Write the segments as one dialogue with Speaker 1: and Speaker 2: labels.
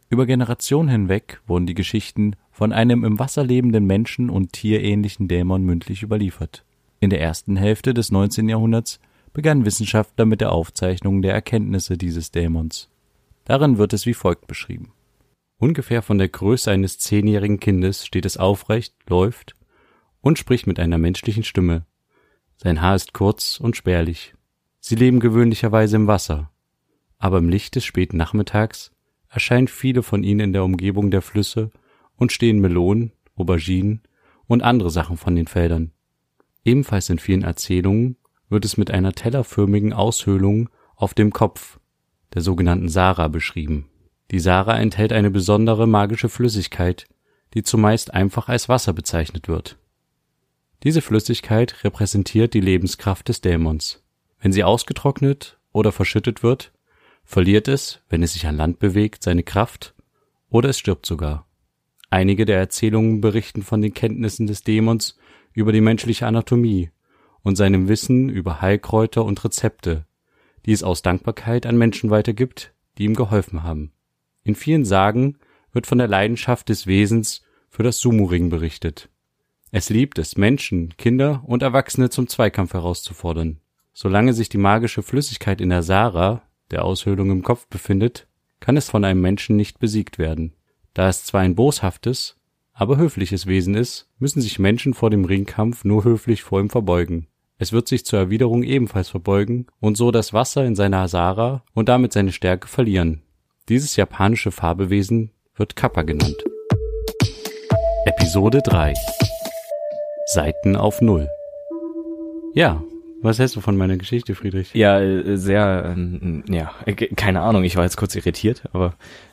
Speaker 1: Über Generationen hinweg wurden die Geschichten von einem im Wasser lebenden Menschen und tierähnlichen Dämon mündlich überliefert. In der ersten Hälfte des 19. Jahrhunderts begannen Wissenschaftler mit der Aufzeichnung der Erkenntnisse dieses Dämons. Darin wird es wie folgt beschrieben. Ungefähr von der Größe eines 10-jährigen Kindes steht es aufrecht, läuft und spricht mit einer menschlichen Stimme. Sein Haar ist kurz und spärlich. Sie leben gewöhnlicherweise im Wasser, aber im Licht des späten Nachmittags erscheinen viele von ihnen in der Umgebung der Flüsse und stehlen Melonen, Auberginen und andere Sachen von den Feldern. Ebenfalls in vielen Erzählungen wird es mit einer tellerförmigen Aushöhlung auf dem Kopf, der sogenannten Sara, beschrieben. Die Sara enthält eine besondere magische Flüssigkeit, die zumeist einfach als Wasser bezeichnet wird. Diese Flüssigkeit repräsentiert die Lebenskraft des Dämons. Wenn sie ausgetrocknet oder verschüttet wird, verliert es, wenn es sich an Land bewegt, seine Kraft oder es stirbt sogar. Einige der Erzählungen berichten von den Kenntnissen des Dämons über die menschliche Anatomie und seinem Wissen über Heilkräuter und Rezepte, die es aus Dankbarkeit an Menschen weitergibt, die ihm geholfen haben. In vielen Sagen wird von der Leidenschaft des Wesens für das Sumo-Ring berichtet. Es liebt es, Menschen, Kinder und Erwachsene zum Zweikampf herauszufordern. Solange sich die magische Flüssigkeit in der Sara, der Aushöhlung im Kopf, befindet, kann es von einem Menschen nicht besiegt werden. Da es zwar ein boshaftes, aber höfliches Wesen ist, müssen sich Menschen vor dem Ringkampf nur höflich vor ihm verbeugen. Es wird sich zur Erwiderung ebenfalls verbeugen und so das Wasser in seiner Sara und damit seine Stärke verlieren. Dieses japanische Fabelwesen wird Kappa genannt. Episode 3 Seiten auf Null. Ja, was hältst du von meiner Geschichte, Friedrich?
Speaker 2: Ja, sehr, keine Ahnung, ich war jetzt kurz irritiert, aber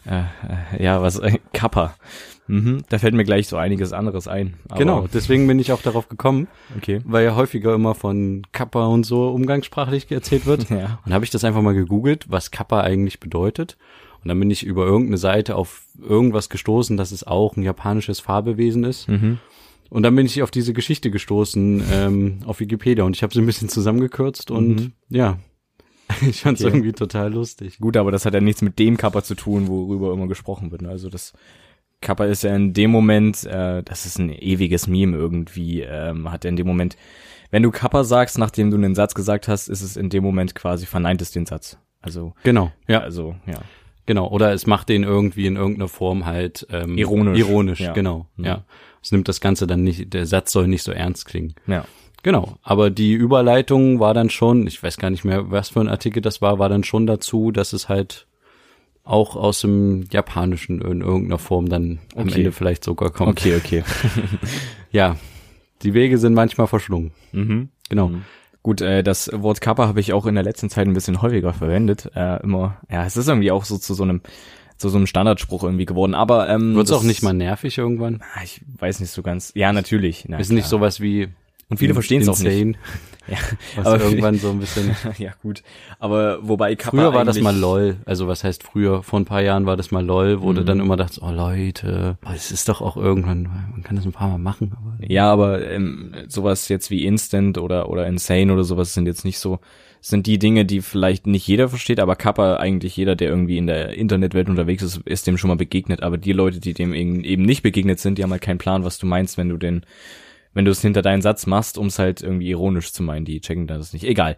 Speaker 2: Kappa. Da fällt mir gleich so einiges anderes ein. Aber
Speaker 1: genau, deswegen bin ich auch darauf gekommen,
Speaker 2: okay,
Speaker 1: weil ja häufiger immer von Kappa und so umgangssprachlich erzählt wird.
Speaker 2: Ja.
Speaker 1: Und habe ich das einfach mal gegoogelt, was Kappa eigentlich bedeutet. Und dann bin ich über irgendeine Seite auf irgendwas gestoßen, dass es auch ein japanisches Fabelwesen ist.
Speaker 2: Mhm.
Speaker 1: Und dann bin ich auf diese Geschichte gestoßen, auf Wikipedia. Und ich habe sie ein bisschen zusammengekürzt und ja, ich fand es irgendwie total lustig.
Speaker 2: Gut, aber das hat ja nichts mit dem Kappa zu tun, worüber immer gesprochen wird. Also das Kappa ist ja in dem Moment, das ist ein ewiges Meme irgendwie, hat er in dem Moment, wenn du Kappa sagst, nachdem du einen Satz gesagt hast, ist es in dem Moment quasi, verneint es den Satz. Also
Speaker 1: genau, ja.
Speaker 2: Also, ja.
Speaker 1: Genau, oder es macht den irgendwie in irgendeiner Form halt ironisch,
Speaker 2: ja.
Speaker 1: Genau, ja. Es nimmt das Ganze dann nicht, der Satz soll nicht so ernst klingen.
Speaker 2: Ja.
Speaker 1: Genau, aber die Überleitung war dann schon, ich weiß gar nicht mehr, was für ein Artikel das war dann schon dazu, dass es halt auch aus dem Japanischen in irgendeiner Form dann am Ende vielleicht sogar kommt.
Speaker 2: Okay.
Speaker 1: Ja, die Wege sind manchmal verschlungen.
Speaker 2: Mhm.
Speaker 1: Genau.
Speaker 2: Mhm. Gut, das Wort Kappa habe ich auch in der letzten Zeit ein bisschen häufiger verwendet. Es ist irgendwie auch so zu so einem Standardspruch irgendwie geworden. Aber
Speaker 1: wird's auch nicht mal nervig irgendwann?
Speaker 2: Ich weiß nicht so ganz. Ja, natürlich.
Speaker 1: Ist nicht sowas wie
Speaker 2: und viele verstehen es auch nicht.
Speaker 1: Ja, aber irgendwann so ein bisschen.
Speaker 2: Ja, gut. Aber wobei Kappa
Speaker 1: früher war das mal LOL. Also was heißt früher? Vor ein paar Jahren war das mal LOL, wo du dann immer dachtest, oh Leute, es ist doch auch irgendwann, man kann das ein paar Mal machen. Aber
Speaker 2: ja, aber sowas jetzt wie Instant oder Insane oder sowas sind jetzt nicht so, sind die Dinge, die vielleicht nicht jeder versteht, aber Kappa eigentlich jeder, der irgendwie in der Internetwelt unterwegs ist dem schon mal begegnet. Aber die Leute, die dem eben nicht begegnet sind, die haben halt keinen Plan, was du meinst, wenn du es hinter deinen Satz machst, um es halt irgendwie ironisch zu meinen, die checken das nicht. Egal.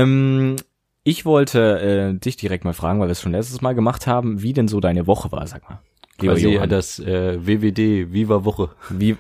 Speaker 2: Ich wollte dich direkt mal fragen, weil wir es schon letztes Mal gemacht haben, wie denn so deine Woche war, sag mal.
Speaker 1: Quasi das WWD, Viva Woche.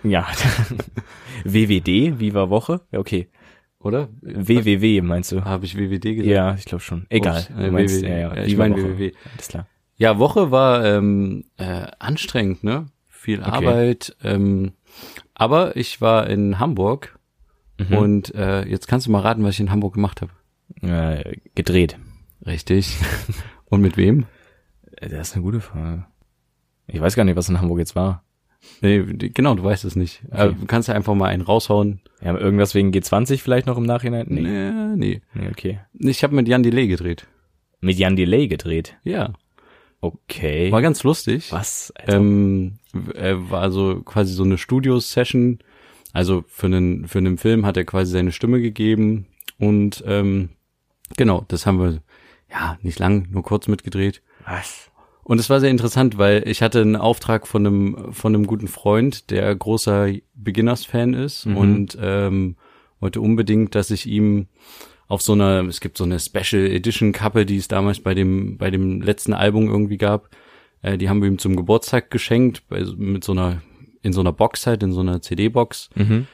Speaker 2: WWD, Viva Woche? Ja, okay.
Speaker 1: Oder?
Speaker 2: WWW meinst du?
Speaker 1: Habe ich WWD gesagt?
Speaker 2: Ja, ich glaube schon. Egal.
Speaker 1: Du meinst, ich meine WWW.
Speaker 2: Alles klar.
Speaker 1: Ja, Woche war anstrengend, ne? Viel Arbeit, aber ich war in Hamburg und jetzt kannst du mal raten, was ich in Hamburg gemacht habe.
Speaker 2: Gedreht.
Speaker 1: Richtig. Und mit wem?
Speaker 2: Das ist eine gute Frage. Ich weiß gar nicht, was in Hamburg jetzt war.
Speaker 1: Nee, genau, du weißt es nicht. Okay. Du kannst ja einfach mal einen raushauen.
Speaker 2: Ja, irgendwas wegen G20 vielleicht noch im Nachhinein?
Speaker 1: Nee.
Speaker 2: Okay.
Speaker 1: Ich habe mit Jan Delay gedreht.
Speaker 2: Mit Jan Delay gedreht?
Speaker 1: Ja.
Speaker 2: Okay.
Speaker 1: War ganz lustig.
Speaker 2: Was?
Speaker 1: War also quasi so eine Studio-Session. Also für einen Film hat er quasi seine Stimme gegeben und genau, das haben wir ja nicht lang, nur kurz mitgedreht.
Speaker 2: Was?
Speaker 1: Und es war sehr interessant, weil ich hatte einen Auftrag von einem guten Freund, der großer Beginners-Fan ist und wollte unbedingt, dass ich ihm auf es gibt so eine Special Edition Kappe, die es damals bei dem letzten Album irgendwie gab. Die haben wir ihm zum Geburtstag geschenkt, in so einer Box halt, in so einer CD-Box.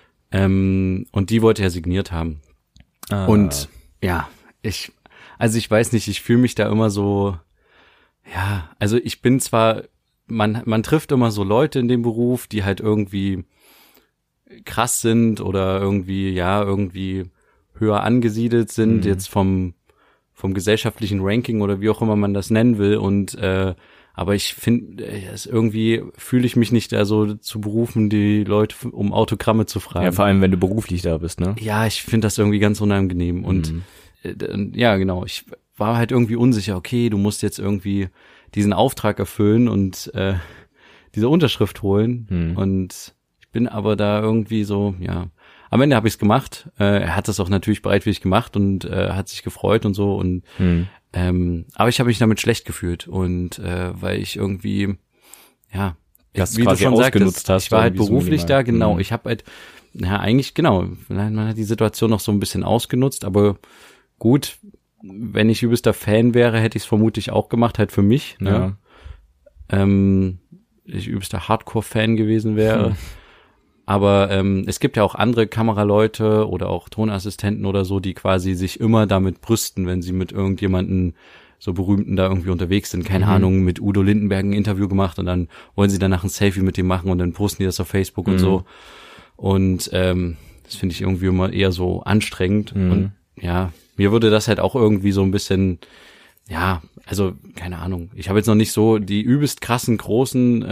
Speaker 1: Und die wollte er signiert haben. Und ja, ich weiß nicht, ich fühle mich da immer so, ja, also ich bin zwar, man trifft immer so Leute in dem Beruf, die halt irgendwie krass sind oder irgendwie höher angesiedelt sind, jetzt vom gesellschaftlichen Ranking oder wie auch immer man das nennen will. Und aber ich finde, irgendwie fühle ich mich nicht da so zu berufen, die Leute um Autogramme zu fragen.
Speaker 2: Ja, vor allem, wenn du beruflich da bist, ne?
Speaker 1: Ja, ich finde das irgendwie ganz unangenehm. Und ja, genau, ich war halt irgendwie unsicher, okay, du musst jetzt irgendwie diesen Auftrag erfüllen und diese Unterschrift holen. Und ich bin aber da irgendwie so, ja. Am Ende habe ich es gemacht. Er hat das auch natürlich bereitwillig gemacht und hat sich gefreut und so. Und aber ich habe mich damit schlecht gefühlt und weil ich irgendwie, ja,
Speaker 2: wie du schon ausgenutzt hast.
Speaker 1: Ich war halt beruflich
Speaker 2: so
Speaker 1: da, genau. Ich habe halt, ja, eigentlich, genau, man hat die Situation noch so ein bisschen ausgenutzt, aber gut, wenn ich übelster Fan wäre, hätte ich es vermutlich auch gemacht, halt für mich. Ne? Ja. Ich übelster Hardcore-Fan gewesen wäre. Aber es gibt ja auch andere Kameraleute oder auch Tonassistenten oder so, die quasi sich immer damit brüsten, wenn sie mit irgendjemanden so Berühmten da irgendwie unterwegs sind. Keine Ahnung, mit Udo Lindenberg ein Interview gemacht und dann wollen sie danach ein Selfie mit dem machen und dann posten die das auf Facebook und so. Und das finde ich irgendwie immer eher so anstrengend. Und ja, mir würde das halt auch irgendwie so ein bisschen, ja, also keine Ahnung. Ich habe jetzt noch nicht so die übelst krassen, großen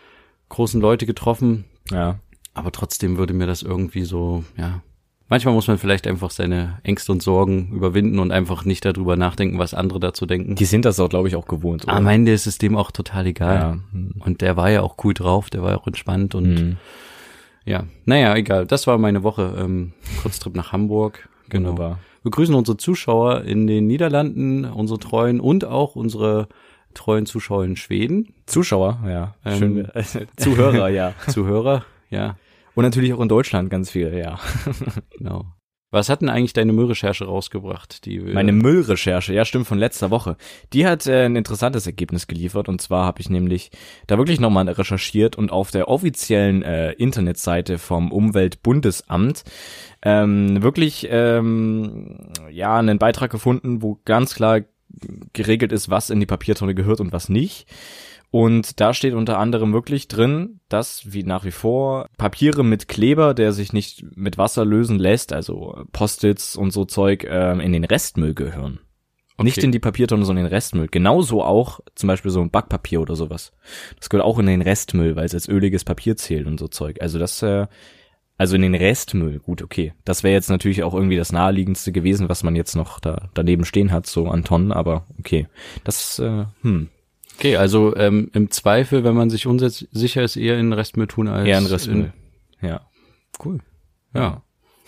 Speaker 1: Leute getroffen.
Speaker 2: Ja.
Speaker 1: Aber trotzdem würde mir das irgendwie so, ja. Manchmal muss man vielleicht einfach seine Ängste und Sorgen überwinden und einfach nicht darüber nachdenken, was andere dazu denken.
Speaker 2: Die sind das auch, glaube ich, auch gewohnt. Oder?
Speaker 1: Am Ende ist es dem auch total egal. Ja. Und der war ja auch cool drauf, der war ja auch entspannt und ja, naja, egal. Das war meine Woche. Kurztrip nach Hamburg. Genau.
Speaker 2: Wunderbar.
Speaker 1: Wir grüßen unsere Zuschauer in den Niederlanden, unsere treuen und auch unsere treuen Zuschauer in Schweden.
Speaker 2: Zuschauer, ja. Schön. Zuhörer, ja.
Speaker 1: Zuhörer, ja.
Speaker 2: Und natürlich auch in Deutschland ganz viel, ja.
Speaker 1: Genau. Was hat denn eigentlich deine Müllrecherche rausgebracht?
Speaker 2: Meine Müllrecherche, ja stimmt, von letzter Woche. Die hat ein interessantes Ergebnis geliefert und zwar habe ich nämlich da wirklich nochmal recherchiert und auf der offiziellen Internetseite vom Umweltbundesamt wirklich einen Beitrag gefunden, wo ganz klar geregelt ist, was in die Papiertonne gehört und was nicht. Und da steht unter anderem wirklich drin, dass wie nach wie vor Papiere mit Kleber, der sich nicht mit Wasser lösen lässt, also Post-its und so Zeug, in den Restmüll gehören. Okay. Nicht in die Papiertonne, sondern in den Restmüll. Genauso auch zum Beispiel so ein Backpapier oder sowas. Das gehört auch in den Restmüll, weil es als öliges Papier zählt und so Zeug. Also das, also in den Restmüll. Gut, okay. Das wäre jetzt natürlich auch irgendwie das naheliegendste gewesen, was man jetzt noch da daneben stehen hat, so an Tonnen, aber okay. Das,
Speaker 1: Okay, also im Zweifel, wenn man sich unsicher ist, eher in den Restmüll tun als
Speaker 2: eher in Restmüll. Ja.
Speaker 1: Cool. Ja.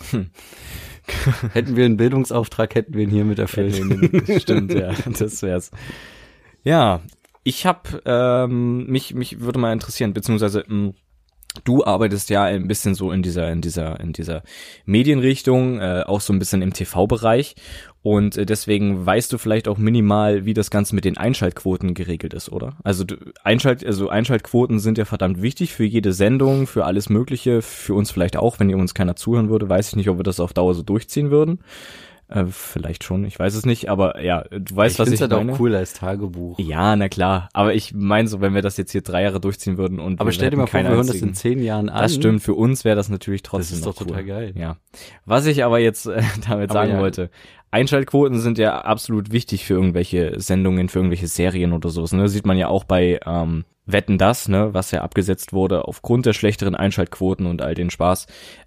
Speaker 1: Hätten wir einen Bildungsauftrag, hätten wir ihn hiermit erfüllt.
Speaker 2: Stimmt, ja, das wär's. Ja, ich habe mich würde mal interessieren, beziehungsweise du arbeitest ja ein bisschen so in dieser Medienrichtung, auch so ein bisschen im TV-Bereich und deswegen weißt du vielleicht auch minimal, wie das Ganze mit den Einschaltquoten geregelt ist, oder? Also Einschaltquoten sind ja verdammt wichtig für jede Sendung, für alles Mögliche, für uns vielleicht auch, wenn uns keiner zuhören würde, weiß ich nicht, ob wir das auf Dauer so durchziehen würden. Vielleicht schon, ich weiß es nicht, aber ja, du weißt, was ich meine. Ich
Speaker 1: finde es halt auch cool als Tagebuch.
Speaker 2: Ja, na klar, aber ich meine so, wenn wir das jetzt hier 3 Jahre durchziehen würden und
Speaker 1: aber stell dir mal vor, wir hören das in 10 Jahren an.
Speaker 2: Das stimmt, für uns wäre das natürlich trotzdem
Speaker 1: das ist doch total geil.
Speaker 2: Ja. Was ich aber jetzt damit sagen wollte, Einschaltquoten sind ja absolut wichtig für irgendwelche Sendungen, für irgendwelche Serien oder so. Ne? Sieht man ja auch bei Wetten, das, ne, was ja abgesetzt wurde aufgrund der schlechteren Einschaltquoten und all den Spaß.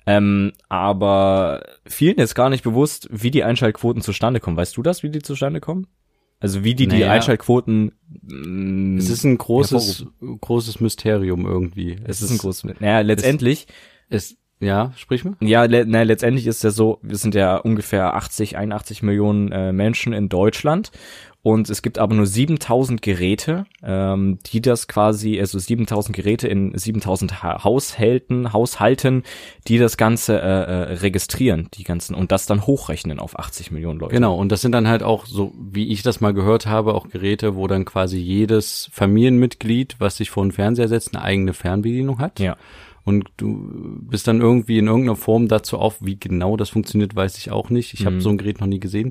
Speaker 2: Aber vielen ist gar nicht bewusst, wie die Einschaltquoten zustande kommen. Weißt du das, wie die zustande kommen? Also wie die Einschaltquoten
Speaker 1: es ist ein großes Mysterium irgendwie.
Speaker 2: Es ist ein großes Naja, letztendlich
Speaker 1: Ja, sprich mal.
Speaker 2: Ja, letztendlich ist ja so, wir sind ja ungefähr 81 Millionen Menschen in Deutschland und es gibt aber nur 7.000 Geräte, die das quasi, also 7.000 Geräte in 7.000 Haushalten, die das Ganze registrieren, die ganzen, und das dann hochrechnen auf 80 Millionen Leute.
Speaker 1: Genau, und das sind dann halt auch, so wie ich das mal gehört habe, auch Geräte, wo dann quasi jedes Familienmitglied, was sich vor den Fernseher setzt, eine eigene Fernbedienung hat.
Speaker 2: Ja.
Speaker 1: Und du bist dann irgendwie in irgendeiner Form dazu auf, wie genau das funktioniert, weiß ich auch nicht. Ich habe so ein Gerät noch nie gesehen.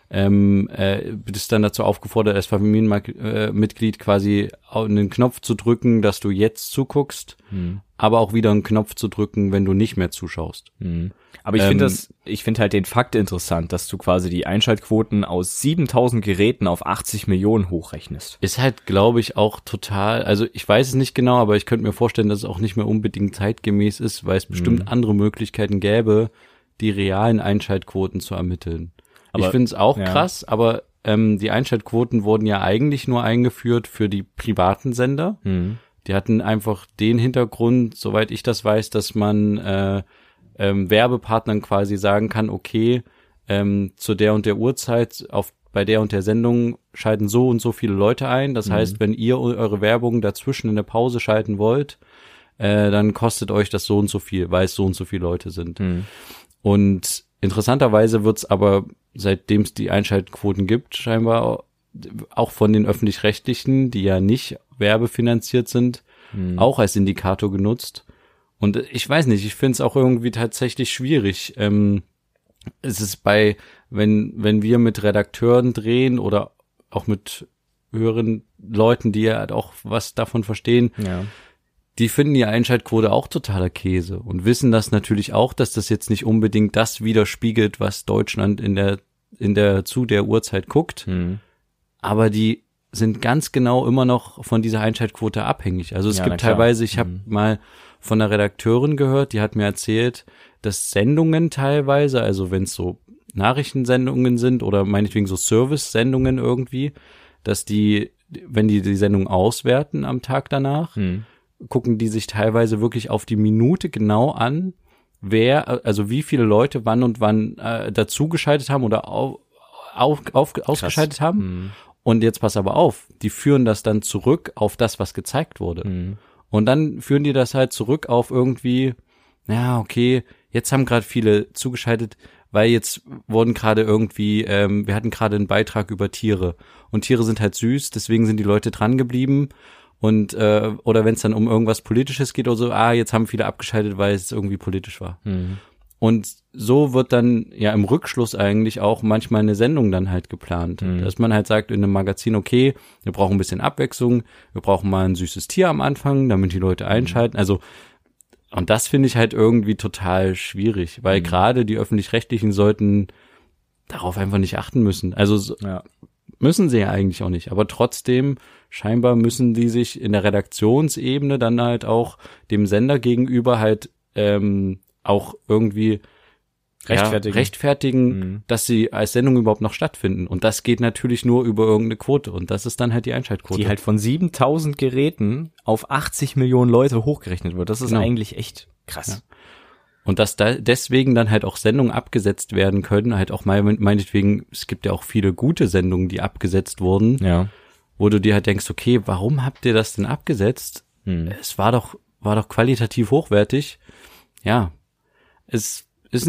Speaker 1: Bist dann dazu aufgefordert, als Familienmitglied quasi einen Knopf zu drücken, dass du jetzt zuguckst, aber auch wieder einen Knopf zu drücken, wenn du nicht mehr zuschaust.
Speaker 2: Aber ich finde halt den Fakt interessant, dass du quasi die Einschaltquoten aus 7.000 Geräten auf 80 Millionen hochrechnest.
Speaker 1: Ist halt, glaube ich, auch total, also ich weiß es nicht genau, aber ich könnte mir vorstellen, dass es auch nicht mehr unbedingt zeitgemäß ist, weil es bestimmt andere Möglichkeiten gäbe, die realen Einschaltquoten zu ermitteln. Aber ich finde es auch krass, aber die Einschaltquoten wurden ja eigentlich nur eingeführt für die privaten Sender. Die hatten einfach den Hintergrund, soweit ich das weiß, dass man Werbepartnern quasi sagen kann, okay, zu der und der Uhrzeit bei der und der Sendung schalten so und so viele Leute ein. Das heißt, wenn ihr eure Werbung dazwischen in der Pause schalten wollt, dann kostet euch das so und so viel, weil es so und so viele Leute sind. Und interessanterweise wird's aber, seitdem es die Einschaltquoten gibt, scheinbar auch von den Öffentlich-Rechtlichen, die ja nicht werbefinanziert sind, auch als Indikator genutzt. Und ich weiß nicht, ich finde es auch irgendwie tatsächlich schwierig. Es ist wenn wir mit Redakteuren drehen oder auch mit höheren Leuten, die ja halt auch was davon verstehen, die finden die Einschaltquote auch totaler Käse und wissen das natürlich auch, dass das jetzt nicht unbedingt das widerspiegelt, was Deutschland zu der Uhrzeit guckt. Aber die sind ganz genau immer noch von dieser Einschaltquote abhängig. Also es gibt teilweise, ich habe mal von einer Redakteurin gehört, die hat mir erzählt, dass Sendungen teilweise, also wenn es so Nachrichtensendungen sind oder meinetwegen so Service-Sendungen irgendwie, dass wenn die Sendung auswerten am Tag danach, gucken die sich teilweise wirklich auf die Minute genau an, also wie viele Leute wann und wann dazugeschaltet haben oder ausgeschaltet haben. Und jetzt pass aber auf, die führen das dann zurück auf das, was gezeigt wurde. Und dann führen die das halt zurück auf irgendwie, okay, jetzt haben gerade viele zugeschaltet, weil jetzt wurden gerade irgendwie, wir hatten gerade einen Beitrag über Tiere. Und Tiere sind halt süß, deswegen sind die Leute dran geblieben. Und oder wenn es dann um irgendwas Politisches geht oder so, jetzt haben viele abgeschaltet, weil es irgendwie politisch war. Und so wird dann ja im Rückschluss eigentlich auch manchmal eine Sendung dann halt geplant. Dass man halt sagt in einem Magazin, okay, wir brauchen ein bisschen Abwechslung, wir brauchen mal ein süßes Tier am Anfang, damit die Leute einschalten. Also, und das finde ich halt irgendwie total schwierig, weil gerade die Öffentlich-Rechtlichen sollten darauf einfach nicht achten müssen. Also müssen sie ja eigentlich auch nicht, aber trotzdem scheinbar müssen die sich in der Redaktionsebene dann halt auch dem Sender gegenüber halt auch irgendwie rechtfertigen, dass sie als Sendung überhaupt noch stattfinden. Und das geht natürlich nur über irgendeine Quote. Und das ist dann halt die Einschaltquote.
Speaker 2: Die halt von 7.000 Geräten auf 80 Millionen Leute hochgerechnet wird. Das ist eigentlich echt krass.
Speaker 1: Ja. Und dass da deswegen dann halt auch Sendungen abgesetzt werden können, halt auch meinetwegen, es gibt ja auch viele gute Sendungen, die abgesetzt wurden, wo du dir halt denkst, okay, warum habt ihr das denn abgesetzt? Es war doch qualitativ hochwertig. Ja, es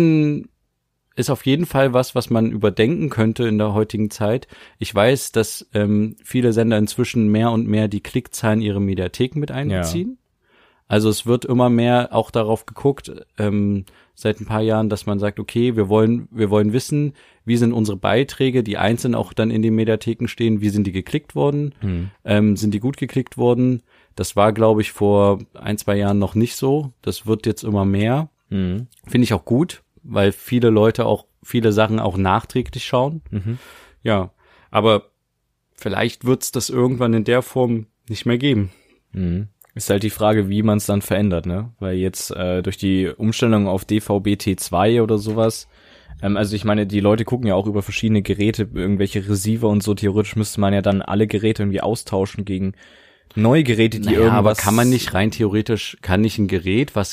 Speaker 1: ist auf jeden Fall was man überdenken könnte in der heutigen Zeit. Ich weiß, dass viele Sender inzwischen mehr und mehr die Klickzahlen ihrer Mediatheken mit einbeziehen. Also es wird immer mehr auch darauf geguckt, seit ein paar Jahren, dass man sagt, okay, wir wollen wissen, wie sind unsere Beiträge, die einzeln auch dann in den Mediatheken stehen, wie sind die geklickt worden, sind die gut geklickt worden. Das war, glaube ich, vor 1-2 Jahren noch nicht so. Das wird jetzt immer mehr. Finde ich auch gut, weil viele Leute auch viele Sachen auch nachträglich schauen. Ja, aber vielleicht wird's das irgendwann in der Form nicht mehr geben.
Speaker 2: Ist halt die Frage, wie man es dann verändert, ne? Weil jetzt durch die Umstellung auf DVB-T2 oder sowas, also ich meine, die Leute gucken ja auch über verschiedene Geräte, irgendwelche Receiver und so, theoretisch müsste man ja dann alle Geräte irgendwie austauschen gegen neue Geräte, die
Speaker 1: naja, aber
Speaker 2: irgendwas...
Speaker 1: kann man nicht rein theoretisch, kann nicht ein Gerät, was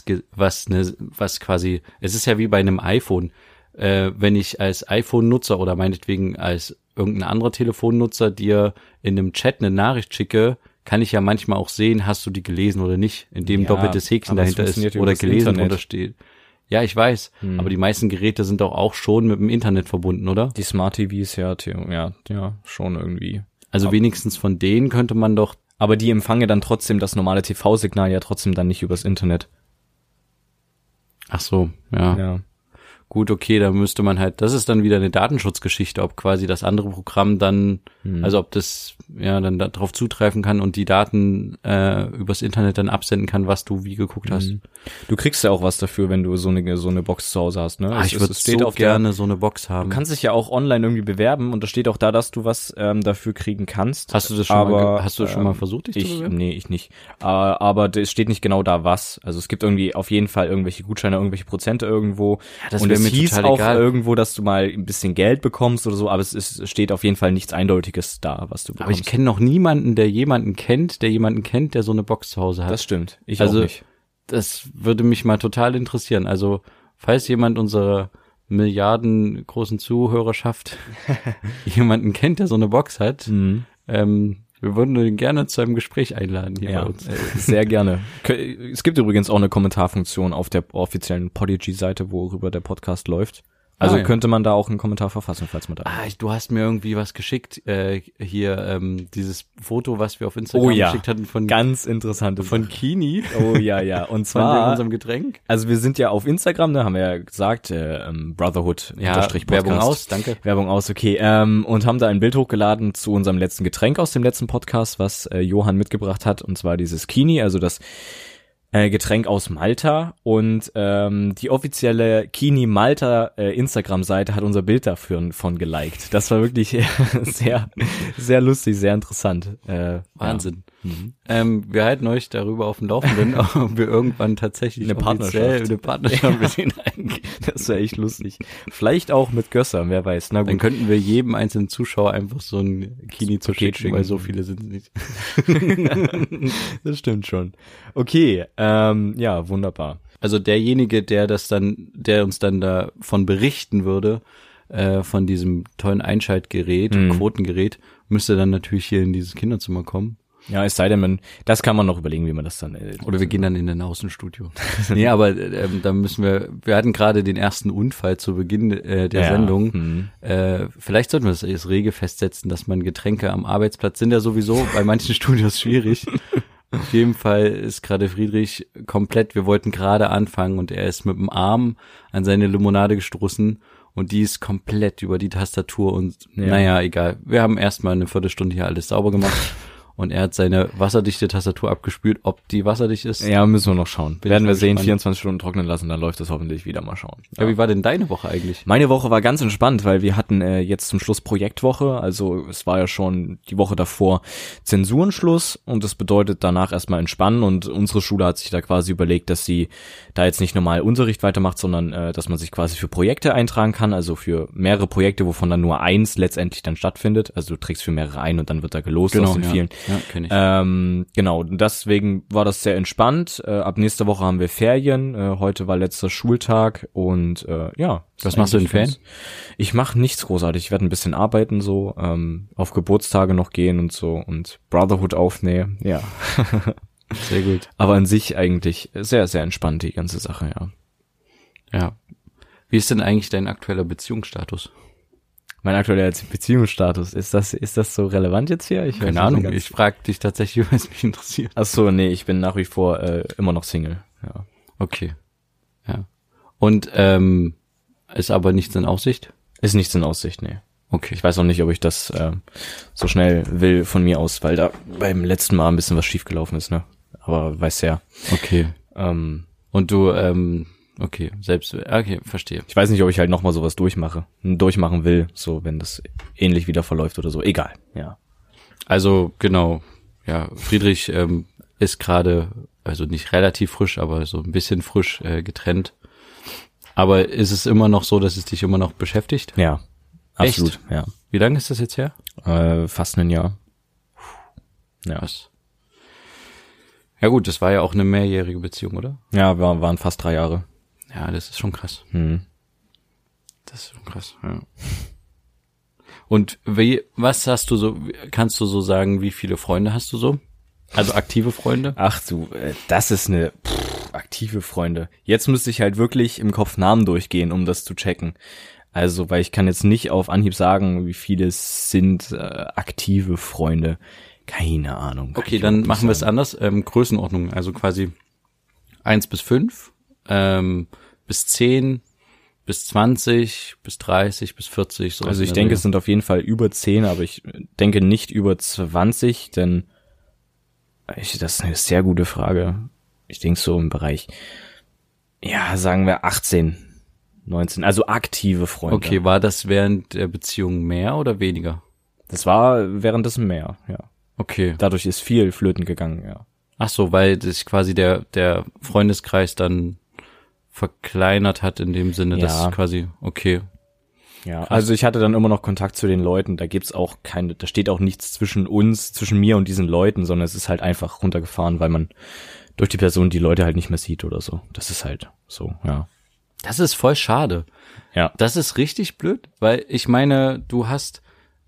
Speaker 1: quasi, es ist ja wie bei einem iPhone, wenn ich als iPhone-Nutzer oder meinetwegen als irgendein anderer Telefonnutzer dir in einem Chat eine Nachricht schicke, kann ich ja manchmal auch sehen, hast du die gelesen oder nicht, indem
Speaker 2: Ja,
Speaker 1: doppeltes Häkchen
Speaker 2: aber es
Speaker 1: dahinter ist
Speaker 2: funktioniert
Speaker 1: oder
Speaker 2: übers
Speaker 1: gelesen
Speaker 2: Internet.
Speaker 1: drunter steht. Ja, ich weiß, aber die meisten Geräte sind doch auch schon mit dem Internet verbunden, oder?
Speaker 2: Die Smart TVs, ja, schon irgendwie.
Speaker 1: Also wenigstens von denen könnte man doch.
Speaker 2: Aber die empfangen dann trotzdem das normale TV-Signal ja trotzdem dann nicht übers Internet.
Speaker 1: Ach so, ja.
Speaker 2: Ja.
Speaker 1: Gut, okay, da müsste man halt, das ist dann wieder eine Datenschutzgeschichte, ob quasi das andere Programm dann, also ob das ja dann darauf zugreifen kann und die Daten übers Internet dann absenden kann, was du wie geguckt hast.
Speaker 2: Du kriegst ja auch was dafür, wenn du so eine Box zu Hause hast, ne?
Speaker 1: Ich würde so gerne so eine Box haben.
Speaker 2: Du kannst dich ja auch online irgendwie bewerben und da steht auch da, dass du was dafür kriegen kannst.
Speaker 1: Hast du das schon mal versucht, dich zu bewerben?
Speaker 2: Nee, ich nicht. Aber es steht nicht genau da was. Also es gibt irgendwie auf jeden Fall irgendwelche Gutscheine, irgendwelche Prozente irgendwo.
Speaker 1: Ja, das
Speaker 2: und
Speaker 1: wäre
Speaker 2: es
Speaker 1: mir
Speaker 2: hieß
Speaker 1: total
Speaker 2: auch
Speaker 1: egal.
Speaker 2: irgendwo, dass du mal ein bisschen Geld bekommst oder so, aber es steht auf jeden Fall nichts Eindeutiges da, was du
Speaker 1: Aber
Speaker 2: bekommst.
Speaker 1: ich kenne noch niemanden, der jemanden kennt, der so eine Box zu Hause hat.
Speaker 2: Das stimmt. Ich
Speaker 1: also,
Speaker 2: auch nicht.
Speaker 1: Das würde mich mal total interessieren. Also, falls jemand unserer milliardengroßen Zuhörerschaft jemanden kennt, der so eine Box hat, wir würden ihn gerne zu einem Gespräch einladen hier bei uns.
Speaker 2: Sehr gerne. Es gibt übrigens auch eine Kommentarfunktion auf der offiziellen Podigy-Seite, worüber der Podcast läuft. Also könnte man da auch einen Kommentar verfassen, falls man da...
Speaker 1: Du hast mir irgendwie was geschickt, dieses Foto, was wir auf Instagram geschickt hatten von...
Speaker 2: Ganz interessante
Speaker 1: von Kini.
Speaker 2: Oh ja. Und zwar...
Speaker 1: Von unserem Getränk.
Speaker 2: Also wir sind ja auf Instagram, ne, haben wir ja gesagt, Brotherhood _
Speaker 1: Werbung aus, danke.
Speaker 2: Werbung aus, okay. Und haben da ein Bild hochgeladen zu unserem letzten Getränk aus dem letzten Podcast, was Johann mitgebracht hat, und zwar dieses Kini, also das Getränk aus Malta, und die offizielle Kini Malta Instagram-Seite hat unser Bild dafür von geliked. Das war wirklich sehr, sehr lustig, sehr interessant.
Speaker 1: Wahnsinn. Ja. Wir halten euch darüber auf dem Laufenden, ob wir irgendwann tatsächlich
Speaker 2: eine Partnerschaft
Speaker 1: mit ihnen eingehen.
Speaker 2: Das wäre echt lustig. Vielleicht auch mit Gösser, wer weiß. Na gut.
Speaker 1: Dann könnten wir jedem einzelnen Zuschauer einfach so ein Kini zu schicken, weil so viele sind es nicht.
Speaker 2: Das stimmt schon. Okay, ja, wunderbar.
Speaker 1: Also derjenige, der uns dann davon berichten würde, von diesem tollen Einschaltgerät, Quotengerät, müsste dann natürlich hier in dieses Kinderzimmer kommen.
Speaker 2: Ja, es sei denn, das kann man noch überlegen, wie man das dann...
Speaker 1: Oder wir gehen dann in ein Außenstudio. Nee, aber da müssen wir hatten gerade den ersten Unfall zu Beginn der Sendung. Vielleicht sollten wir das als Regel festsetzen, dass man Getränke am Arbeitsplatz sind ja sowieso bei manchen Studios schwierig. Auf jeden Fall ist gerade Friedrich komplett, wir wollten gerade anfangen und er ist mit dem Arm an seine Limonade gestoßen und die ist komplett über die Tastatur und naja, egal. Wir haben erstmal eine Viertelstunde hier alles sauber gemacht. Und er hat seine wasserdichte Tastatur abgespült. Ob die wasserdicht ist?
Speaker 2: Ja, müssen wir noch schauen. Werden wir sehen,
Speaker 1: gespannt.
Speaker 2: 24 Stunden trocknen lassen, dann läuft das hoffentlich wieder. Mal schauen.
Speaker 1: Ja, wie war denn deine Woche eigentlich?
Speaker 2: Meine Woche war ganz entspannt, weil wir hatten jetzt zum Schluss Projektwoche. Also es war ja schon die Woche davor Zensurenschluss und das bedeutet danach erstmal entspannen. Und unsere Schule hat sich da quasi überlegt, dass sie da jetzt nicht normal Unterricht weitermacht, sondern dass man sich quasi für Projekte eintragen kann. Also für mehrere Projekte, wovon dann nur eins letztendlich dann stattfindet. Also du trägst für mehrere ein und dann wird da gelost aus den vielen.
Speaker 1: Ja, kenn ich.
Speaker 2: Genau, deswegen war das sehr entspannt. Ab nächster Woche haben wir Ferien. Heute war letzter Schultag und ja.
Speaker 1: Was machst du in Ferien?
Speaker 2: Ich mache nichts großartig. Ich werde ein bisschen arbeiten, so auf Geburtstage noch gehen und so und Brotherhood aufnehmen. Ja.
Speaker 1: Sehr gut.
Speaker 2: Aber an sich eigentlich sehr, sehr entspannt, die ganze Sache, ja.
Speaker 1: Ja. Wie ist denn eigentlich dein aktueller Beziehungsstatus?
Speaker 2: Mein aktueller Beziehungsstatus, ist das so relevant jetzt hier?
Speaker 1: Keine Ahnung, ich frage dich tatsächlich, weil es mich interessiert.
Speaker 2: Ach so, nee, ich bin nach wie vor immer noch Single, ja.
Speaker 1: Okay. Ja. Und ist aber nichts in Aussicht?
Speaker 2: Ist nichts in Aussicht, nee.
Speaker 1: Okay.
Speaker 2: Ich weiß auch nicht, ob ich das so schnell will von mir aus, weil da beim letzten Mal ein bisschen was schiefgelaufen ist, ne? Aber weiß ja.
Speaker 1: Okay. Und du, okay, okay, verstehe.
Speaker 2: Ich weiß nicht, ob ich halt nochmal sowas durchmachen will, so wenn das ähnlich wieder verläuft oder so. Egal, ja.
Speaker 1: Also, genau, ja, Friedrich ist gerade, also nicht relativ frisch, aber so ein bisschen frisch getrennt. Aber ist es immer noch so, dass es dich immer noch beschäftigt?
Speaker 2: Ja, absolut,
Speaker 1: Echt?
Speaker 2: ja.
Speaker 1: Wie lange ist das jetzt her?
Speaker 2: Fast ein Jahr. Ja.
Speaker 1: Was? Ja gut, das war ja auch eine mehrjährige Beziehung, oder?
Speaker 2: Ja, waren fast 3 Jahre.
Speaker 1: Ja, das ist schon krass. Das ist schon krass, ja. Und was hast du so, kannst du so sagen, wie viele Freunde hast du so? Also aktive Freunde?
Speaker 2: Ach du, das ist eine aktive Freunde. Jetzt müsste ich halt wirklich im Kopf Namen durchgehen, um das zu checken. Also, weil ich kann jetzt nicht auf Anhieb sagen, wie viele sind aktive Freunde. Keine Ahnung.
Speaker 1: Okay, dann machen wir es anders. Größenordnung, also quasi 1 bis 5, bis 10, bis 20, bis 30, bis 40. So
Speaker 2: also ich denke, es sind auf jeden Fall über 10, aber ich denke nicht über 20, denn das ist eine sehr gute Frage. Ich denke so im Bereich, ja, sagen wir 18, 19, also aktive Freunde.
Speaker 1: Okay, war das während der Beziehung mehr oder weniger?
Speaker 2: Das war währenddessen mehr, ja.
Speaker 1: Okay.
Speaker 2: Dadurch ist viel flöten gegangen, ja.
Speaker 1: Ach so, weil sich quasi der Freundeskreis dann verkleinert hat in dem Sinne, dass quasi, okay.
Speaker 2: Ja, also ich hatte dann immer noch Kontakt zu den Leuten, da steht auch nichts zwischen mir und diesen Leuten, sondern es ist halt einfach runtergefahren, weil man durch die Person die Leute halt nicht mehr sieht oder so. Das ist halt so, ja.
Speaker 1: Das ist voll schade.
Speaker 2: Ja.
Speaker 1: Das ist richtig blöd, weil ich meine, du hast,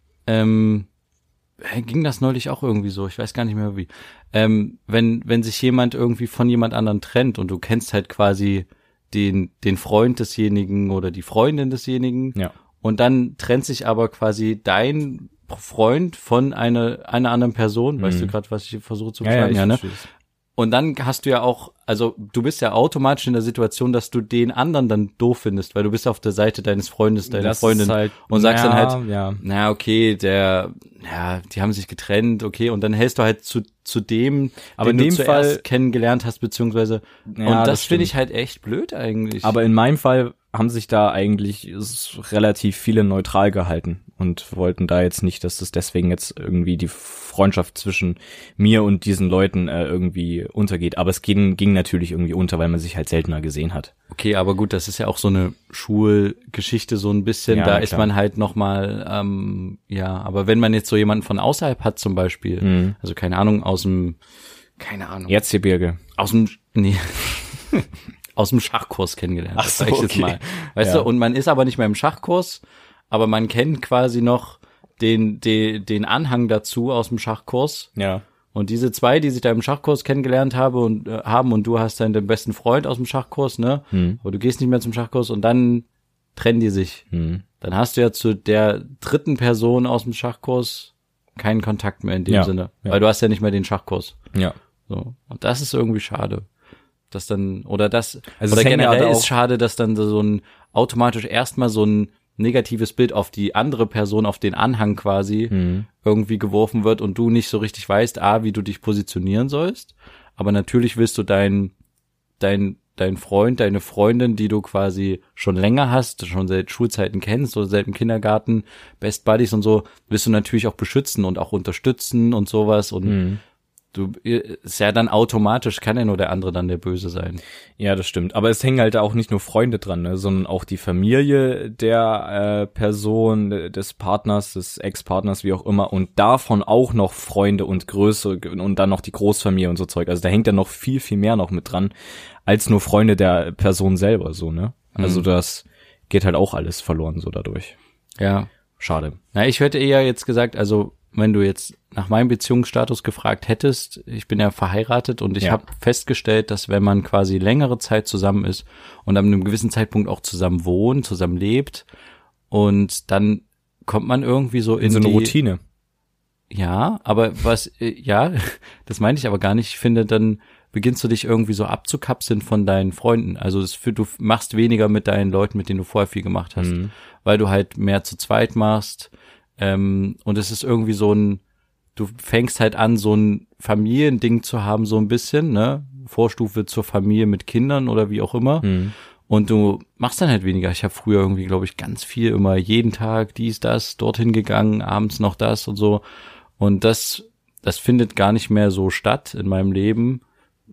Speaker 1: ging das neulich auch irgendwie so, ich weiß gar nicht mehr wie, wenn sich jemand irgendwie von jemand anderen trennt und du kennst halt quasi den Freund desjenigen oder die Freundin desjenigen,
Speaker 2: ja.
Speaker 1: Und dann trennt sich aber quasi dein Freund von einer anderen Person, weißt du gerade, was ich versuche zu beschreiben, ja, ne? Und dann hast du ja auch, also du bist ja automatisch in der Situation, dass du den anderen dann doof findest, weil du bist auf der Seite deines Freundes, deiner Freundin
Speaker 2: halt,
Speaker 1: und sagst dann halt, na okay, die haben sich getrennt, okay, und dann hältst du halt zu dem,
Speaker 2: aber
Speaker 1: den
Speaker 2: in dem
Speaker 1: du
Speaker 2: Fall
Speaker 1: zuerst kennengelernt hast, beziehungsweise, und das finde ich halt echt blöd eigentlich.
Speaker 2: Aber in meinem Fall haben sich da eigentlich relativ viele neutral gehalten und wollten da jetzt nicht, dass das deswegen jetzt irgendwie die Freundschaft zwischen mir und diesen Leuten irgendwie untergeht. Aber es ging natürlich irgendwie unter, weil man sich halt seltener gesehen hat.
Speaker 1: Okay, aber gut, das ist ja auch so eine Schulgeschichte so ein bisschen. Ja, da ist man halt nochmal, aber wenn man jetzt so jemanden von außerhalb hat zum Beispiel, also keine Ahnung,
Speaker 2: Erzgebirge.
Speaker 1: aus dem Schachkurs kennengelernt.
Speaker 2: Ach so,
Speaker 1: sag ich jetzt mal. Weißt du, und man ist aber nicht mehr im Schachkurs, aber man kennt quasi noch den Anhang dazu aus dem Schachkurs.
Speaker 2: Ja.
Speaker 1: Und diese zwei, die sich da im Schachkurs kennengelernt haben und du hast dann den besten Freund aus dem Schachkurs, ne? Aber du gehst nicht mehr zum Schachkurs und dann trennen die sich. Dann hast du ja zu der dritten Person aus dem Schachkurs keinen Kontakt mehr in dem Sinne. Ja. Weil du hast ja nicht mehr den Schachkurs.
Speaker 2: Ja.
Speaker 1: So. Und das ist irgendwie schade. Dass dann, oder generell
Speaker 2: ja
Speaker 1: ist schade, dass dann so ein automatisch erstmal so ein negatives Bild auf die andere Person, auf den Anhang quasi irgendwie geworfen wird und du nicht so richtig weißt, wie du dich positionieren sollst. Aber natürlich willst du dein Freund, deine Freundin, die du quasi schon länger hast, schon seit Schulzeiten kennst oder seit dem Kindergarten, Best Buddies und so, willst du natürlich auch beschützen und auch unterstützen und sowas und ist ja dann automatisch, kann ja nur der andere dann der Böse sein.
Speaker 2: Ja, das stimmt. Aber es hängen halt auch nicht nur Freunde dran, ne, sondern auch die Familie der Person, des Partners, des Ex-Partners, wie auch immer. Und davon auch noch Freunde und Größe und dann noch die Großfamilie und so Zeug. Also da hängt ja noch viel, viel mehr noch mit dran, als nur Freunde der Person selber, so, ne? Also das geht halt auch alles verloren so dadurch.
Speaker 1: Ja.
Speaker 2: Schade.
Speaker 1: Na, ich hätte eher jetzt gesagt, also wenn du jetzt nach meinem Beziehungsstatus gefragt hättest, ich bin ja verheiratet und ich habe festgestellt, dass wenn man quasi längere Zeit zusammen ist und an einem gewissen Zeitpunkt auch zusammen wohnt, zusammen lebt und dann kommt man irgendwie so in
Speaker 2: so eine Routine.
Speaker 1: Ja, aber das meinte ich aber gar nicht. Ich finde, dann beginnst du dich irgendwie so abzukapseln von deinen Freunden. Also du machst weniger mit deinen Leuten, mit denen du vorher viel gemacht hast, weil du halt mehr zu zweit machst. Und es ist irgendwie du fängst halt an, so ein Familiending zu haben, so ein bisschen, ne? Vorstufe zur Familie mit Kindern oder wie auch immer. Und du machst dann halt weniger. Ich habe früher irgendwie, glaube ich, ganz viel immer jeden Tag das, dorthin gegangen, abends noch das und so. Und das findet gar nicht mehr so statt in meinem Leben.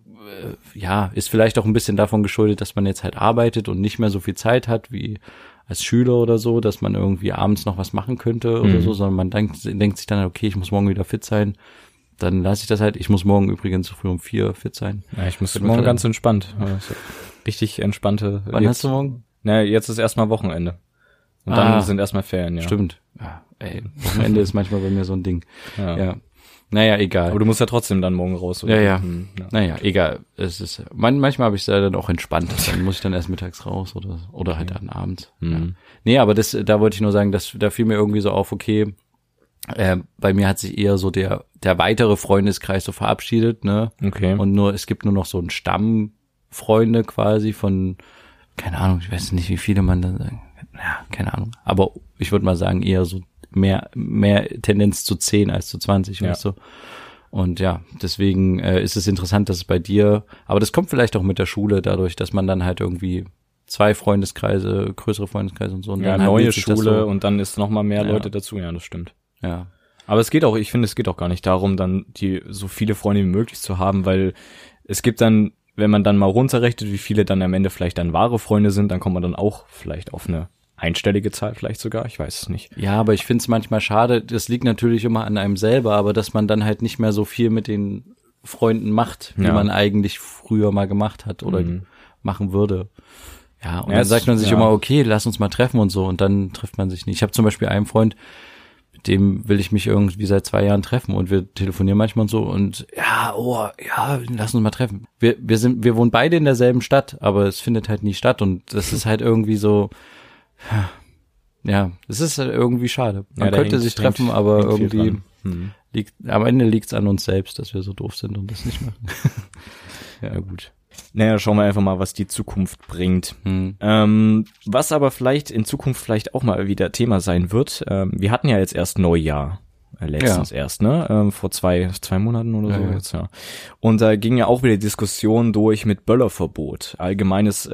Speaker 1: Ist vielleicht auch ein bisschen davon geschuldet, dass man jetzt halt arbeitet und nicht mehr so viel Zeit hat wie als Schüler oder so, dass man irgendwie abends noch was machen könnte oder so, sondern man denkt sich dann, okay, ich muss morgen wieder fit sein. dann lasse ich das halt. Ich muss morgen übrigens so früh um 4 fit sein.
Speaker 2: Ja, ich muss morgen ganz entspannt. Also richtig entspannte.
Speaker 1: Wann hast du morgen?
Speaker 2: Na, jetzt ist erstmal Wochenende. Und dann sind erstmal Ferien, ja.
Speaker 1: Stimmt. Ja, Wochenende ist manchmal bei mir so ein Ding. Ja. Naja, egal.
Speaker 2: Aber du musst ja trotzdem dann morgen raus, oder?
Speaker 1: Ja. Naja, egal. Es ist, manchmal habe ich es ja dann auch entspannt. Dann muss ich dann erst mittags raus oder halt dann abends. Ja. Nee, aber da wollte ich nur sagen, da fiel mir irgendwie so auf, okay, bei mir hat sich eher so der weitere Freundeskreis so verabschiedet, ne?
Speaker 2: Okay.
Speaker 1: Und es gibt nur noch so einen Stammfreunde quasi von, keine Ahnung, ich weiß nicht, wie viele man da sagen. Ja, keine Ahnung. Aber ich würde mal sagen, eher so mehr Tendenz zu 10 als zu 20, weißt du? Und ja, deswegen ist es interessant, dass es bei dir, aber das kommt vielleicht auch mit der Schule dadurch, dass man dann halt irgendwie 2 Freundeskreise, größere Freundeskreise und so. Und
Speaker 2: ja,
Speaker 1: dann
Speaker 2: neue Schule und dann ist noch mal mehr Leute dazu. Ja, das stimmt.
Speaker 1: Ja.
Speaker 2: Aber es geht auch gar nicht darum, dann so viele Freunde wie möglich zu haben, weil es gibt dann, wenn man dann mal runterrechnet, wie viele dann am Ende vielleicht dann wahre Freunde sind, dann kommt man dann auch vielleicht auf eine einstellige Zahl vielleicht sogar, ich weiß es nicht.
Speaker 1: Ja, aber ich finde es manchmal schade, das liegt natürlich immer an einem selber, aber dass man dann halt nicht mehr so viel mit den Freunden macht, wie man eigentlich früher mal gemacht hat oder machen würde. Ja, und dann sagt man sich immer, okay, lass uns mal treffen und so, und dann trifft man sich nicht. Ich habe zum Beispiel einen Freund, mit dem will ich mich irgendwie seit 2 Jahren treffen und wir telefonieren manchmal und so und lass uns mal treffen. Wir wohnen beide in derselben Stadt, aber es findet halt nie statt und das ist halt irgendwie so, ja, es ist halt irgendwie schade. Man könnte sich treffen, aber irgendwie am Ende liegt's an uns selbst, dass wir so doof sind und das nicht machen.
Speaker 2: Ja, gut. Naja, schauen wir einfach mal, was die Zukunft bringt. Was aber vielleicht in Zukunft vielleicht auch mal wieder Thema sein wird. Wir hatten ja jetzt erst Neujahr. Letztens erst, ne? Vor 2 Monaten oder so jetzt, ja. Und da ging ja auch wieder Diskussion durch mit Böllerverbot. Allgemeines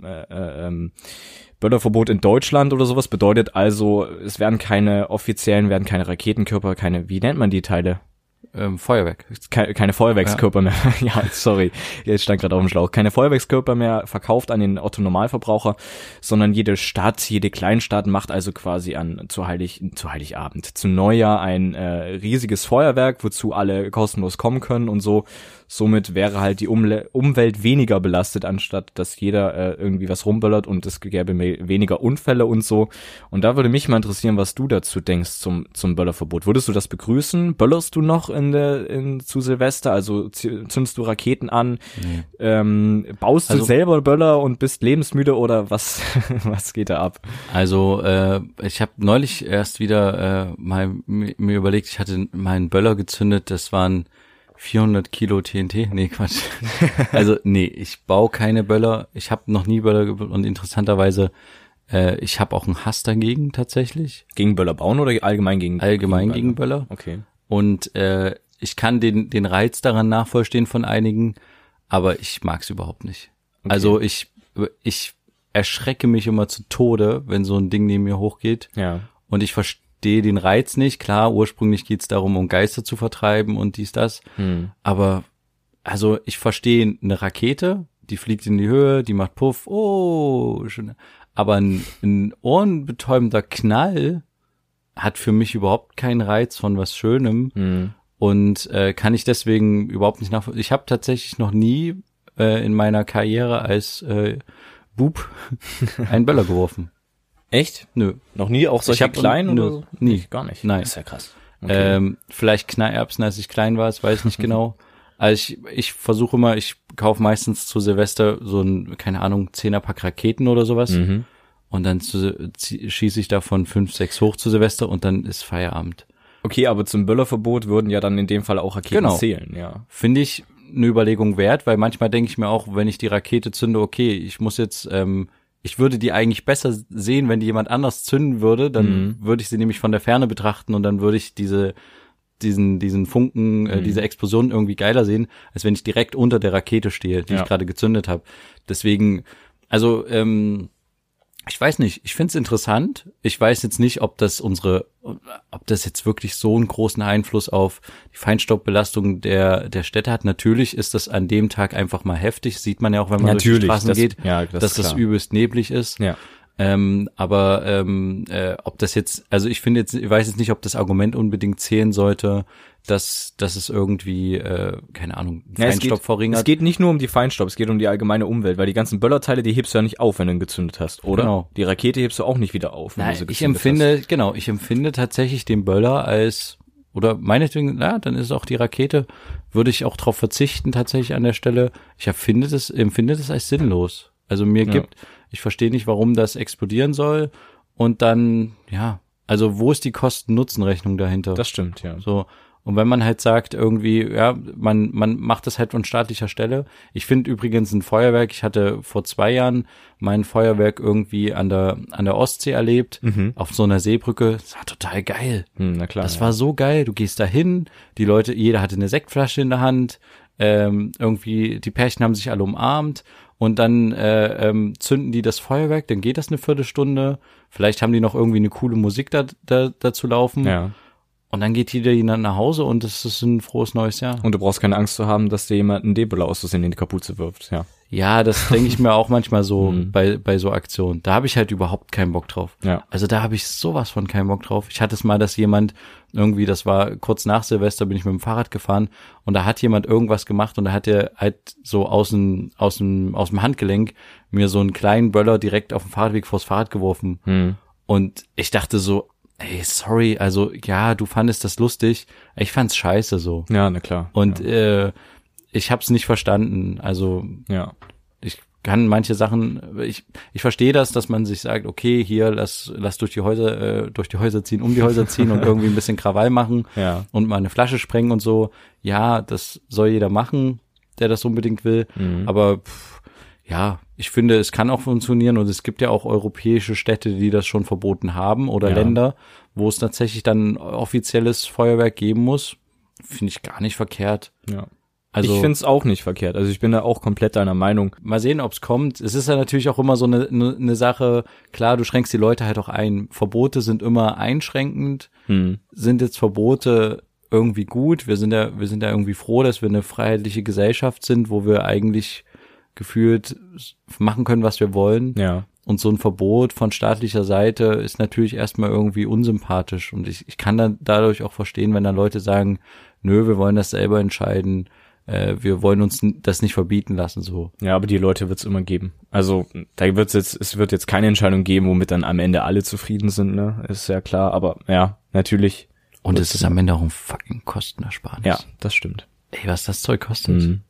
Speaker 2: Böllerverbot in Deutschland oder sowas bedeutet also, es werden keine Raketenkörper, wie nennt man die Teile?
Speaker 1: Feuerwerk.
Speaker 2: Keine Feuerwerkskörper mehr. Ja, sorry. Jetzt stand gerade auf dem Schlauch. Keine Feuerwerkskörper mehr verkauft an den Otto-Normalverbraucher, sondern jede Kleinstadt macht also quasi zu Heiligabend, zu Neujahr ein riesiges Feuerwerk, wozu alle kostenlos kommen können und so. Somit wäre halt die Umwelt weniger belastet, anstatt dass jeder irgendwie was rumböllert und es gäbe weniger Unfälle und so. Und da würde mich mal interessieren, was du dazu denkst zum Böllerverbot. Würdest du das begrüßen? Böllerst du noch zu Silvester? Also zündest du Raketen an? Nee. Baust du selber Böller und bist lebensmüde oder was geht da ab?
Speaker 1: Also ich habe neulich erst wieder mal mir überlegt, ich hatte meinen Böller gezündet, das waren 400 Kilo TNT? Nee, Quatsch. Also, nee, ich baue keine Böller. Ich habe noch nie Böller gebaut und interessanterweise, ich habe auch einen Hass dagegen tatsächlich.
Speaker 2: Gegen Böller bauen oder allgemein gegen?
Speaker 1: Allgemein gegen Böller.
Speaker 2: Okay.
Speaker 1: Und ich kann den Reiz daran nachvollziehen von einigen, aber ich mag's überhaupt nicht. Okay. Also ich erschrecke mich immer zu Tode, wenn so ein Ding neben mir hochgeht.
Speaker 2: Ja.
Speaker 1: Und ich verstehe den Reiz nicht. Klar, ursprünglich geht's darum, um Geister zu vertreiben und dies, das. Aber, also ich verstehe eine Rakete, die fliegt in die Höhe, die macht Puff, oh, schön. Aber ein ohrenbetäubender Knall hat für mich überhaupt keinen Reiz von was Schönem und kann ich deswegen überhaupt nicht nachvollziehen. Ich habe tatsächlich noch nie in meiner Karriere als Bub einen Böller geworfen.
Speaker 2: Echt?
Speaker 1: Nö.
Speaker 2: Noch nie auch solche kleinen oder so?
Speaker 1: Nie.
Speaker 2: Gar nicht.
Speaker 1: Nein.
Speaker 2: Das ist ja krass. Okay.
Speaker 1: Vielleicht Knallerbsen, als ich klein war, das weiß ich nicht genau. Also ich versuche immer, ich kaufe meistens zu Silvester so ein, keine Ahnung, 10er-Pack Raketen oder sowas. Und dann schieße ich davon 5, 6 hoch zu Silvester und dann ist Feierabend.
Speaker 2: Okay, aber zum Böllerverbot würden ja dann in dem Fall auch Raketen zählen, ja.
Speaker 1: Finde ich eine Überlegung wert, weil manchmal denke ich mir auch, wenn ich die Rakete zünde, okay, ich muss jetzt, ich würde die eigentlich besser sehen, wenn die jemand anders zünden würde, dann würde ich sie nämlich von der Ferne betrachten und dann würde ich diesen Funken, diese Explosion irgendwie geiler sehen, als wenn ich direkt unter der Rakete stehe, die ich gerade gezündet habe. Deswegen, also ich weiß nicht, ich find's interessant. Ich weiß jetzt nicht, ob das jetzt wirklich so einen großen Einfluss auf die Feinstaubbelastung der Städte hat. Natürlich ist das an dem Tag einfach mal heftig. Sieht man ja auch, wenn man durch die Straßen geht, dass das übelst neblig ist.
Speaker 2: Ja.
Speaker 1: Aber ob das jetzt, also ich weiß jetzt nicht, ob das Argument unbedingt zählen sollte, dass es irgendwie, keine Ahnung,
Speaker 2: Ja,
Speaker 1: Feinstaub verringert.
Speaker 2: Es geht nicht nur um die Feinstaub, es geht um die allgemeine Umwelt, weil die ganzen Böllerteile, die hebst du ja nicht auf, wenn du ihn gezündet hast, oder?
Speaker 1: Genau.
Speaker 2: Die Rakete hebst du auch nicht wieder auf, wenn du sie gezündet hast.
Speaker 1: Ich empfinde tatsächlich den Böller als, oder meinetwegen, dann ist auch die Rakete, würde ich auch drauf verzichten tatsächlich an der Stelle. Ich empfinde das als sinnlos. Also ich verstehe nicht, warum das explodieren soll und dann, also wo ist die Kosten-Nutzen-Rechnung dahinter?
Speaker 2: Das stimmt, ja.
Speaker 1: So. Und wenn man halt sagt, irgendwie, man macht das halt von staatlicher Stelle. Ich finde übrigens ein Feuerwerk, ich hatte vor 2 Jahren mein Feuerwerk irgendwie an der Ostsee erlebt, auf so einer Seebrücke. Das war total geil.
Speaker 2: Na klar.
Speaker 1: Das war so geil. Du gehst da hin, die Leute, jeder hatte eine Sektflasche in der Hand, irgendwie, die Pärchen haben sich alle umarmt und dann zünden die das Feuerwerk, dann geht das eine Viertelstunde. Vielleicht haben die noch irgendwie eine coole Musik dazu laufen.
Speaker 2: Ja.
Speaker 1: Und dann geht jemand nach Hause und es ist ein frohes neues Jahr.
Speaker 2: Und du brauchst keine Angst zu haben, dass dir jemand einen D-Böller aus Versehen in die Kapuze wirft, ja.
Speaker 1: Ja, das denke ich mir auch manchmal so bei so Aktionen. Da habe ich halt überhaupt keinen Bock drauf.
Speaker 2: Ja.
Speaker 1: Also da habe ich sowas von keinen Bock drauf. Ich hatte es mal, dass jemand irgendwie, das war kurz nach Silvester, bin ich mit dem Fahrrad gefahren und da hat jemand irgendwas gemacht und da hat er halt so aus dem Handgelenk mir so einen kleinen Böller direkt auf dem Fahrradweg vors Fahrrad geworfen. Und ich dachte so, ey, sorry, also ja, du fandest das lustig. Ich fand's scheiße so.
Speaker 2: Ja, na klar.
Speaker 1: Und ich hab's nicht verstanden. Also
Speaker 2: ja.
Speaker 1: Ich kann manche Sachen, ich verstehe das, dass man sich sagt, okay, hier lass durch die Häuser ziehen, um die Häuser ziehen und irgendwie ein bisschen Krawall machen und mal eine Flasche sprengen und so. Ja, das soll jeder machen, der das unbedingt will. Aber ich finde, es kann auch funktionieren und es gibt ja auch europäische Städte, die das schon verboten haben oder Länder, wo es tatsächlich dann offizielles Feuerwerk geben muss. Finde ich gar nicht verkehrt.
Speaker 2: Ja.
Speaker 1: Also,
Speaker 2: ich finde es auch nicht verkehrt. Also ich bin da auch komplett deiner Meinung.
Speaker 1: Mal sehen, ob es kommt. Es ist ja natürlich auch immer so eine Sache, klar, du schränkst die Leute halt auch ein. Verbote sind immer einschränkend. Sind jetzt Verbote irgendwie gut? Wir sind ja irgendwie froh, dass wir eine freiheitliche Gesellschaft sind, wo wir eigentlich gefühlt machen können, was wir wollen.
Speaker 2: Ja.
Speaker 1: Und so ein Verbot von staatlicher Seite ist natürlich erstmal irgendwie unsympathisch. Und ich kann dann dadurch auch verstehen, wenn dann Leute sagen, nö, wir wollen das selber entscheiden. Wir wollen uns das nicht verbieten lassen, so.
Speaker 2: Ja, aber die Leute wird es immer geben. Also, es wird jetzt keine Entscheidung geben, womit dann am Ende alle zufrieden sind, ne? Ist ja klar, aber ja, natürlich.
Speaker 1: Und es ist am Ende auch ein fucking Kostenersparnis.
Speaker 2: Ja, das stimmt.
Speaker 1: Ey, was das Zeug kostet.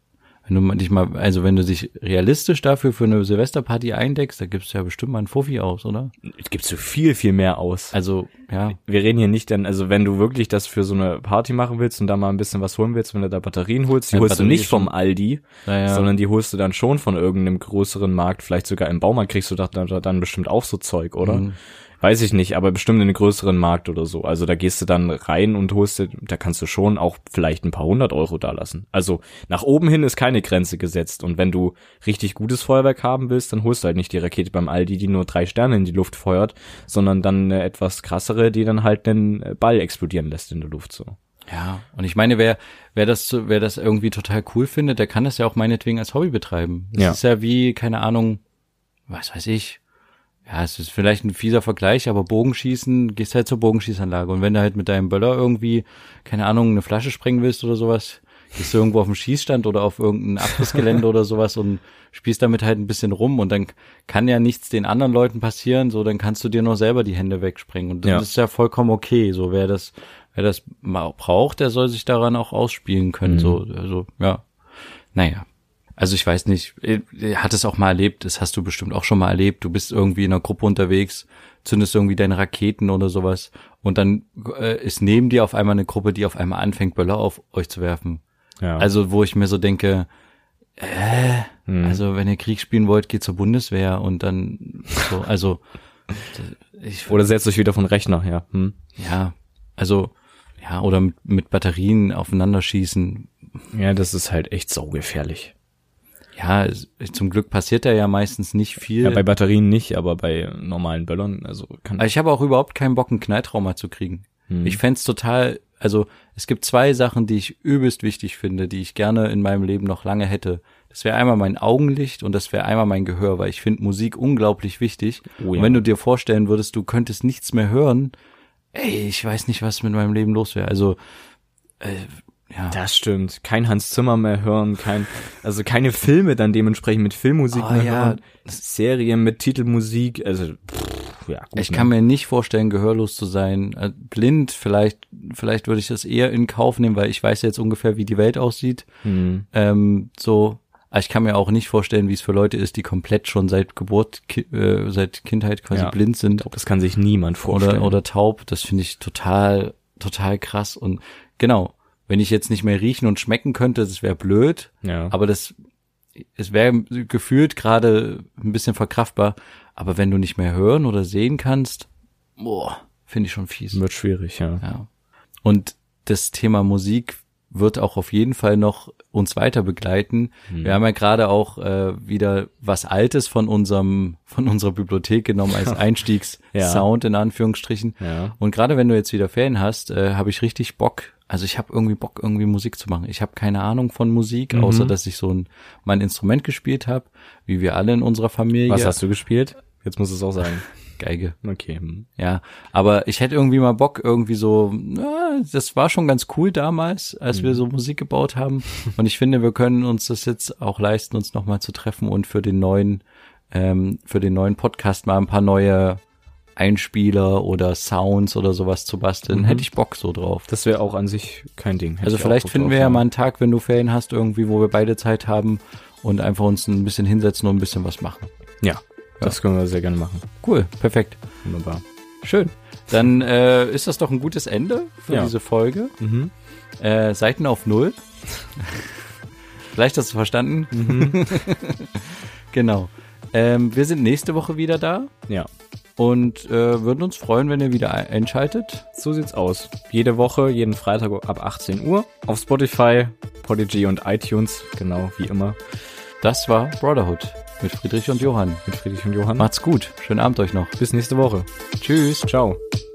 Speaker 1: Wenn du dich realistisch dafür für eine Silvesterparty eindeckst, da gibst du ja bestimmt mal einen Fuffi aus, oder?
Speaker 2: Gibst du viel, viel mehr aus.
Speaker 1: Also, ja.
Speaker 2: Wir reden hier nicht, also wenn du wirklich das für so eine Party machen willst und da mal ein bisschen was holen willst, wenn du da Batterien holst, die holst du nicht vom Aldi, sondern die holst du dann schon von irgendeinem größeren Markt, vielleicht sogar im Baumarkt kriegst du dann bestimmt auch so Zeug, oder? Weiß ich nicht, aber bestimmt in einen größeren Markt oder so. Also da gehst du dann rein und holst dir, da kannst du schon auch vielleicht ein paar 100 Euro da lassen. Also nach oben hin ist keine Grenze gesetzt. Und wenn du richtig gutes Feuerwerk haben willst, dann holst du halt nicht die Rakete beim Aldi, die nur 3 Sterne in die Luft feuert, sondern dann eine etwas krassere, die dann halt einen Ball explodieren lässt in der Luft, so.
Speaker 1: Ja, und ich meine, wer das irgendwie total cool findet, der kann das ja auch meinetwegen als Hobby betreiben. Das ist ja wie, keine Ahnung, was weiß ich. Ja, es ist vielleicht ein fieser Vergleich, aber Bogenschießen, gehst halt zur Bogenschießanlage. Und wenn du halt mit deinem Böller irgendwie, keine Ahnung, eine Flasche sprengen willst oder sowas, gehst du irgendwo auf dem Schießstand oder auf irgendein Abrissgelände oder sowas und spielst damit halt ein bisschen rum. Und dann kann ja nichts den anderen Leuten passieren, so, dann kannst du dir noch selber die Hände wegsprengen. Und das ist ja vollkommen okay. So, wer das mal braucht, der soll sich daran auch ausspielen können. So, also, ja. Naja. Also ich weiß nicht, hat es auch mal erlebt, das hast du bestimmt auch schon mal erlebt, du bist irgendwie in einer Gruppe unterwegs, zündest irgendwie deine Raketen oder sowas und dann ist neben dir auf einmal eine Gruppe, die auf einmal anfängt, Böller auf euch zu werfen.
Speaker 2: Ja.
Speaker 1: Also wo ich mir so denke, also wenn ihr Krieg spielen wollt, geht zur Bundeswehr und dann so, also
Speaker 2: oder setzt euch wieder von Rechner, ja.
Speaker 1: Ja, also ja, oder mit Batterien aufeinander schießen.
Speaker 2: Ja, das ist halt echt saugefährlich.
Speaker 1: Ja, zum Glück passiert da ja meistens nicht viel.
Speaker 2: Ja, bei Batterien nicht, aber bei normalen Böllern, also
Speaker 1: ich habe auch überhaupt keinen Bock, einen Knalltrauma zu kriegen. Ich fänd's total, also es gibt 2 Sachen, die ich übelst wichtig finde, die ich gerne in meinem Leben noch lange hätte. Das wäre einmal mein Augenlicht und das wäre einmal mein Gehör, weil ich finde Musik unglaublich wichtig. Oh ja. Und wenn du dir vorstellen würdest, du könntest nichts mehr hören, ey, ich weiß nicht, was mit meinem Leben los wäre. Also Ja.
Speaker 2: Das stimmt. Kein Hans Zimmer mehr hören, also keine Filme dann dementsprechend mit Filmmusik mehr hören. Serien mit Titelmusik, also ja, gut.
Speaker 1: Ich kann mir nicht vorstellen, gehörlos zu sein. Blind, vielleicht würde ich das eher in Kauf nehmen, weil ich weiß jetzt ungefähr, wie die Welt aussieht. Aber ich kann mir auch nicht vorstellen, wie es für Leute ist, die komplett schon seit Geburt, seit Kindheit quasi blind sind.
Speaker 2: Ich glaube, das kann sich niemand vorstellen.
Speaker 1: Oder taub. Das finde ich total krass. Und genau, wenn ich jetzt nicht mehr riechen und schmecken könnte, das wäre blöd.
Speaker 2: Ja.
Speaker 1: Aber es wäre gefühlt gerade ein bisschen verkraftbar. Aber wenn du nicht mehr hören oder sehen kannst, finde ich schon fies.
Speaker 2: Wird schwierig, ja.
Speaker 1: Und das Thema Musik wird auch auf jeden Fall noch uns weiter begleiten. Wir haben ja gerade auch wieder was Altes von unserer Bibliothek genommen als Einstiegssound in Anführungsstrichen.
Speaker 2: Ja.
Speaker 1: Und gerade wenn du jetzt wieder Ferien hast, habe ich richtig Bock. Also ich habe irgendwie Bock, irgendwie Musik zu machen. Ich habe keine Ahnung von Musik, außer dass ich mein Instrument gespielt habe, wie wir alle in unserer Familie.
Speaker 2: Was hast du gespielt? Jetzt muss es auch sagen.
Speaker 1: Geige.
Speaker 2: Okay.
Speaker 1: Ja, aber ich hätte irgendwie mal Bock, irgendwie so, das war schon ganz cool damals, als wir so Musik gebaut haben. Und ich finde, wir können uns das jetzt auch leisten, uns nochmal zu treffen und für den neuen Podcast mal ein paar neue Einspieler oder Sounds oder sowas zu basteln. Hätte ich Bock so drauf.
Speaker 2: Das wäre auch an sich kein Ding.
Speaker 1: Also vielleicht finden wir ja mal einen Tag, wenn du Ferien hast, irgendwie, wo wir beide Zeit haben und einfach uns ein bisschen hinsetzen und ein bisschen was machen.
Speaker 2: Ja. Das können wir sehr gerne machen.
Speaker 1: Cool, perfekt.
Speaker 2: Wunderbar.
Speaker 1: Schön. Dann ist das doch ein gutes Ende für diese Folge. Seiten auf 0. Vielleicht hast du verstanden. Genau. Wir sind nächste Woche wieder da.
Speaker 2: Ja.
Speaker 1: Und würden uns freuen, wenn ihr wieder einschaltet.
Speaker 2: So sieht's aus. Jede Woche, jeden Freitag ab 18 Uhr auf Spotify, Podigy und iTunes. Genau, wie immer.
Speaker 1: Das war Brotherhood. Mit Friedrich und Johann.
Speaker 2: Macht's gut.
Speaker 1: Schönen Abend euch noch.
Speaker 2: Bis nächste Woche.
Speaker 1: Tschüss.
Speaker 2: Ciao.